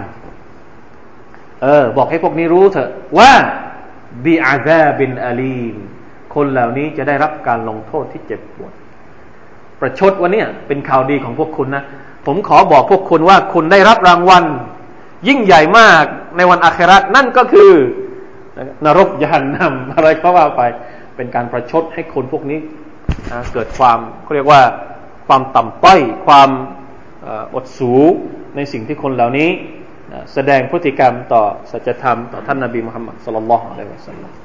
บอกให้พวกนี้รู้เถอะว่าบิอาซาบินอะลีมคนเหล่านี้จะได้รับการลงโทษที่เจ็บปวดประชดว่าเนี่ยเป็นข่าวดีของพวกคุณนะผมขอบอกพวกคุณว่าคุณได้รับรางวัลยิ่งใหญ่มากในวันอาคิเราะห์นั่นก็คือนรกยะฮันนัมอะไรก็ว่าไปเป็นการประชดให้คนพวกนี้เกิดความเขาเรียกว่าความต่ำต้อยความอดสูในสิ่งที่คนเหล่านี้แสดงพฤติกรรมต่อสัจธรรมต่อท่านนบีมุฮัมมัดศ็อลลัลลอฮุอะลัยฮิวะซัลลัม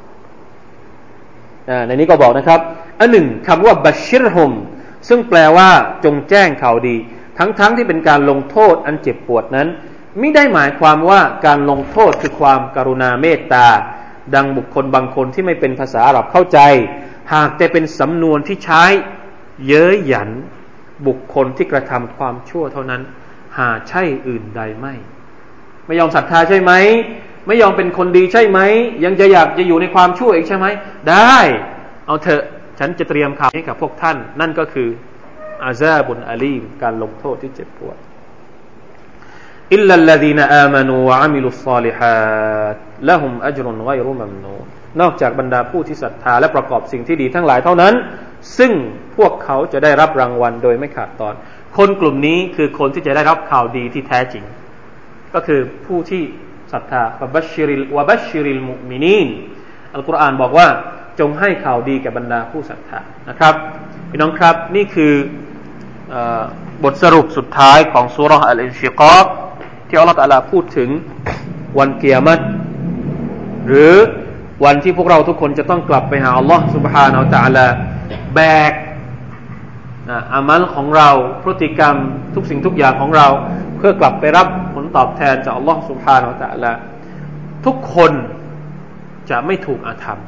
ในนี้ก็บอกนะครับอันหนึ่งคำว่าบัชชิรฮุมซึ่งแปลว่าจงแจ้งข่าวดีทั้งที่เป็นการลงโทษอันเจ็บปวดนั้นไม่ได้หมายความว่าการลงโทษคือความกรุณาเมตตาดังบุคคลบางคนที่ไม่เป็นภาษาอาหรับเข้าใจหากแต่เป็นสำนวนที่ใช้เย้ยหยันบุคคลที่กระทำความชั่วเท่านั้นหาใช่อื่นใดไม่ยอมศรัทธาใช่ไหมไม่ยอมเป็นคนดีใช่ไหมยังจะอยากจะอยู่ในความชั่วอีกใช่ไหมได้เอาเถอะฉันจะเตรียมข่าวให้กับพวกท่านนั่นก็คืออาซาบุนอาลีมการลงโทษที่เจ็บปวดอิลลัลลซีนอามานูวะอะมิลุศศอลิฮาตละฮุมอัจรุนฆอยรุมัมนูนนอกจากบรรดาผู้ที่ศรัทธาและประกอบสิ่งที่ดีทั้งหลายเท่านั้นซึ่งพวกเขาจะได้รับรางวัลโดยไม่ขาดตอนคนกลุ่มนี้คือคนที่จะได้รับข่าวดีที่แท้จริงก็คือผู้ที่ศรัทธาฟะบัชชิริลมุอ์มินีนอัลกุรอานบอกว่าจงให้ข่าวดีแก่บรรดาผู้ศรัทธานะครับพี่น้องครับนี่คือบทสรุปสุดท้ายของซูเราะห์อัลอินชิกอกที่อัลเลาะห์ตะอาลาพูดถึงวันกิยามะฮ์หรือวันที่พวกเราทุกคนจะต้องกลับไปหาอัลลอฮ์ سبحانه และ تعالى แบกอามัลของเราพฤติกรรมทุกสิ่งทุกอย่างของเราเพื่อกลับไปรับผลตอบแทนจากอัลลอฮ์ سبحانه และ تعالى ทุกคนจะไม่ถูกอาธรรม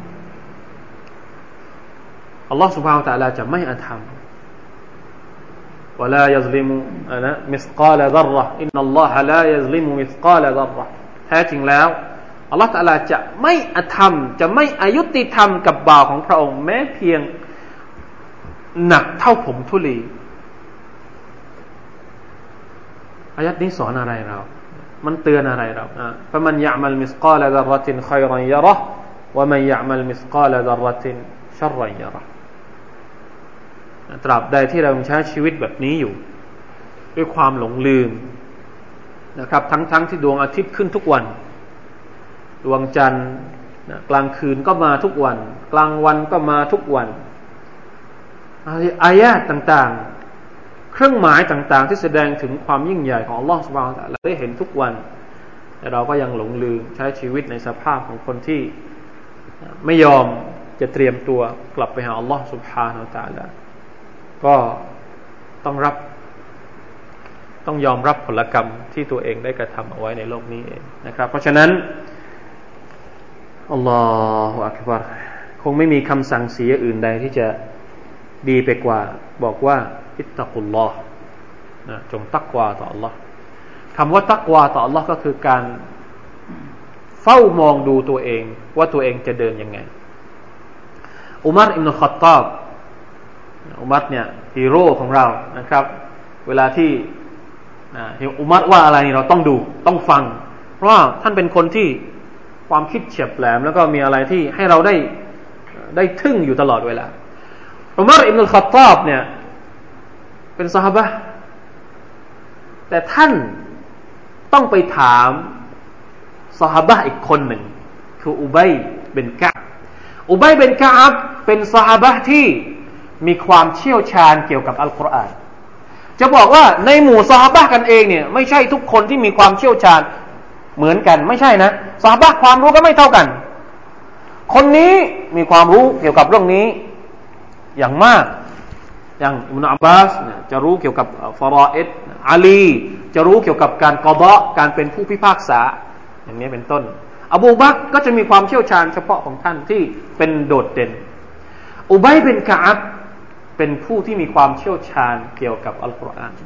อัลลอฮ์ سبحانه และ تعالى จะไม่อาธรรมولا يظلم مثقال ذرة إن الله لا يظلم مثقال ذرة แท้จริงแล้วอัลลอฮฺตะอาลาจะไม่อธรรมจะไม่อายุติธรรมกับบ่าวของพระองค์แม้เพียงหนักเท่าผงธุลีอายัดนี้สอนอะไรเรามันเตือนอะไรเราفمن يعمل مثقال ذرة خيرا يره ومن يعمل مثقال ذرة شرا يرهตราบใดที่เราใช้ชีวิตแบบนี้อยู่ด้วยความหลงลืมนะครับทั้งที่ดวงอาทิตย์ขึ้นทุกวันดวงจันทร์กลางคืนก็มาทุกวันกลางวันก็มาทุกวันอายะห์ต่างๆเครื่องหมายต่างๆที่แสดงถึงความยิ่งใหญ่ของอัลลอฮฺซุบฮานะฮูวะตะอาลาได้เห็นทุกวันแต่เราก็ยังหลงลืมใช้ชีวิตในสภาพของคนที่ไม่ยอมจะเตรียมตัวกลับไปหาอัลลอฮฺซุบฮานะฮูวะตะอาลาก็ต้องยอมรับผลกรรมที่ตัวเองได้กระทำเอาไว้ในโลกนี้เองนะครับเพราะฉะนั้นอัลลอฮฺอักบัรคงไม่มีคำสั่งเสียอื่นใดที่จะดีไปกว่าบอกว่าอิตตักุลลอฮ์จงตักวาต่อ Allah คำว่าตักวาต่อ Allah ก็คือการเฝ้ามองดูตัวเองว่าตัวเองจะเดินยังไงอุมัรอิบนุลค็อฏฏอบอุมัรเนี่ยฮีโร่ของเรานะครับเวลาที่อุมัรว่าอะไรเราต้องดูต้องฟังเพราะว่าท่านเป็นคนที่ความคิดเฉียบแหลมแล้วก็มีอะไรที่ให้เราได้ทึ่งอยู่ตลอดเวลาอุมัรอิบนุลค็อฏฏอบเนี่ยเป็นซอฮาบะห์แต่ท่านต้องไปถามซอฮาบะห์อีกคนหนึ่งคืออุบัยบินกะบอุบัยบินกะอับเป็นซอฮาบะห์ที่มีความเชี่ยวชาญเกี่ยวกับอัลกุรอานจะบอกว่าในหมู่ซอฮาบะห์กันเองเนี่ยไม่ใช่ทุกคนที่มีความเชี่ยวชาญเหมือนกันไม่ใช่นะซอฮาบะห์ความรู้ก็ไม่เท่ากันคนนี้มีความรู้เกี่ยวกับเรื่องนี้อย่างมากอย่างอิบนุอับบาสเนี่ยจะรู้เกี่ยวกับฟารออิดอาลีจะรู้เกี่ยวกับการกอฎอการเป็นผู้พิพากษาอย่างนี้เป็นต้นอบูบักรก็จะมีความเชี่ยวชาญเฉพาะของท่านที่เป็นโดดเด่นอุบัยบินกะอับเป็นผู้ที่มีความเชี่ยวชาญเกี่ยวกับอัลกุรอาน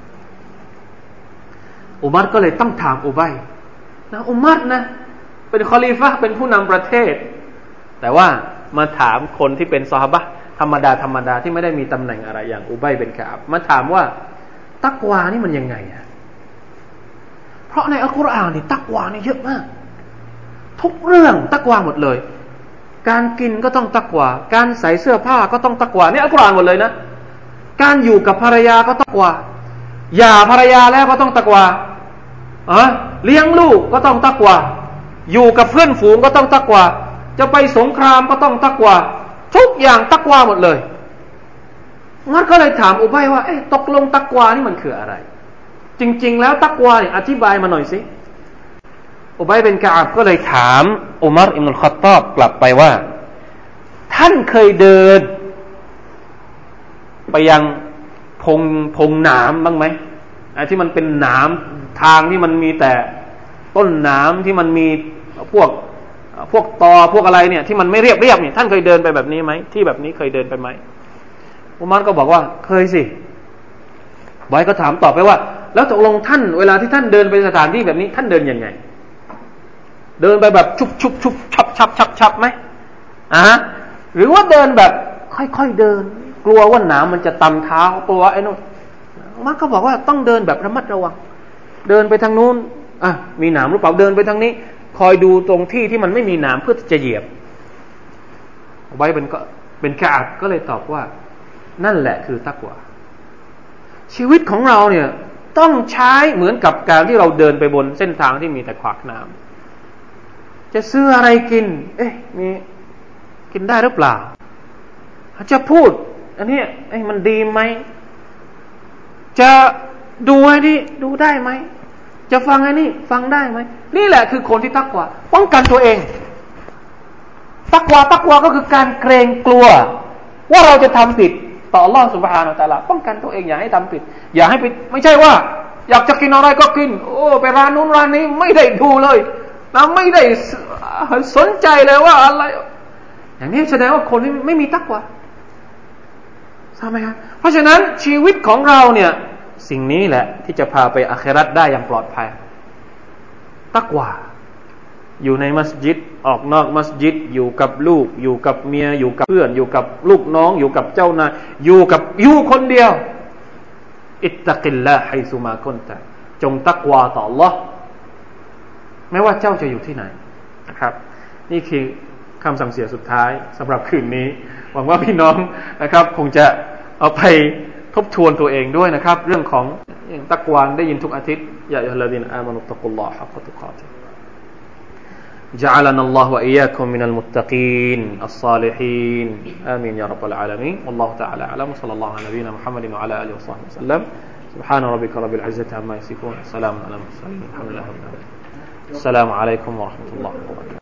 อุมัรก็เลยต้องถามอุบัยนะอุมัรนะเป็นคอลีฟะห์เป็นผู้นำประเทศแต่ว่ามาถามคนที่เป็นซอฮาบะห์ธรรมดาที่ไม่ได้มีตำแหน่งอะไรอย่างอุบัยบินกะอับมาถามว่าตักวานี่มันยังไงอ่ะเพราะในอัลกุรอานนี่ตักวานี่เยอะมากทุกเรื่องตักวาหมดเลยการกินก็ต้องตักวาการใส่เสื้อผ้าก็ต้องตักวานี่อัลกุรอานหมดเลยนะการอยู่กับภรรยาก็ตักวาหย่าภรรยาแล้วก็ต้องตักวาเลี้ยงลูกก็ต้องตักวาอยู่กับเพื่อนฝูงก็ต้องตักวาจะไปสงครามก็ต้องตักวาทุกอย่างตักวาหมดเลยงั้นก็เลยถามอุบัยว่าตกลงตักวานี่มันคืออะไรจริงๆแล้วตักวาเนี่ยอธิบายมาหน่อยสิอุบัยบินกะอับก็เลยถามอุมัรอิบนุลค็อฏฏอบกลับไปว่าท่านเคยเดินไปยังพงหนามบ้างไหมไอ้ที่มันเป็นหนามทางที่มันมีแต่ต้นหนามที่มันมีพวกตอพวกอะไรเนี่ยที่มันไม่เรียบเนี่ยท่านเคยเดินไปแบบนี้ไหมที่แบบนี้เคยเดินไปไหมอุมัรก็บอกว่าเคยสิบอยก็ถามตอบไปว่าแล้วตกลงท่านเวลาที่ท่านเดินไปสถานที่แบบนี้ท่านเดินยังไงเดินไปแบบชุบชับไหมหรือว่าเดินแบบค่อยๆเดินกลัวว่าหนามมันจะตำเท้ากลัวไอ้นู่นอุมัรก็บอกว่าต้องเดินแบบระมัดระวังเดินไปทางนู้นมีหนามหรือเปล่าเดินไปทางนี้คอยดูตรงที่ที่มันไม่มีหนามเพื่อจะเหยียบอุบัยเป็นกะอับก็เลยตอบว่านั่นแหละคือตักวาชีวิตของเราเนี่ยต้องใช้เหมือนกับการที่เราเดินไปบนเส้นทางที่มีแต่ขวากน้ำจะซื้ออะไรกินมีกินได้หรือเปล่าจะพูดอันนี้มันดีไหมจะดูไอ้นี่ดูได้ไหมจะฟังไอ้นี่ฟังได้ไหมนี่แหละคือคนที่ตักวาป้องกันตัวเองตักวาก็คือการเกรงกลัวว่าเราจะทำผิดต่ออัลเลาะห์ซุบฮานะฮูวะตะอาลาป้องกันตัวเองอย่าให้ทำผิดอย่าให้ไปไม่ใช่ว่าอยากจะกินอะไรก็กินไปร้านนู้นร้านนี้ไม่ได้ดูเลยนะไม่ได้สนใจเลยว่าอะไรอย่างนี้แสดงว่าคนที่ไม่มีตักวาทราบไหมครับเพราะฉะนั้นชีวิตของเราเนี่ยสิ่งนี้แหละที่จะพาไปอาคิเราะห์ได้อย่างปลอดภัยตักวาอยู่ในมัสยิดออกนอกมัสยิดอยู่กับลูกอยู่กับเมียอยู่กับเพื่อนอยู่กับลูกน้องอยู่กับเจ้านายอยู่คนเดียวอิตตักิลลาฮ์ไฮซุมากุนตะจงตักวาต่อ Allah ไม่ว่าเจ้าจะอยู่ที่ไหนนะครับนี่คือคำสั่งเสียสุดท้ายสำหรับคืนนี้หวังว่าพี่น้องนะครับคงจะเอาไปทบทวนตัวเองด้วยนะครับเรื่องของตักวาได้ยินทุกอาทิตย์ยาอัยยูฮัลลาซีนอามานุตตักุลลอฮะฮักกะตุกาติฮ์جعلنا الله وإياكم من المتقين الصالحين آمين يا رب العالمين والله تعالى أعلم وصلى الله على نبينا محمد وعلى آله وصحبه وسلم سبحان ربك رب العزة عما يصفون سلام على المرسلين الحمد لله رب العالمين السلام عليكم ورحمة الله وبركاته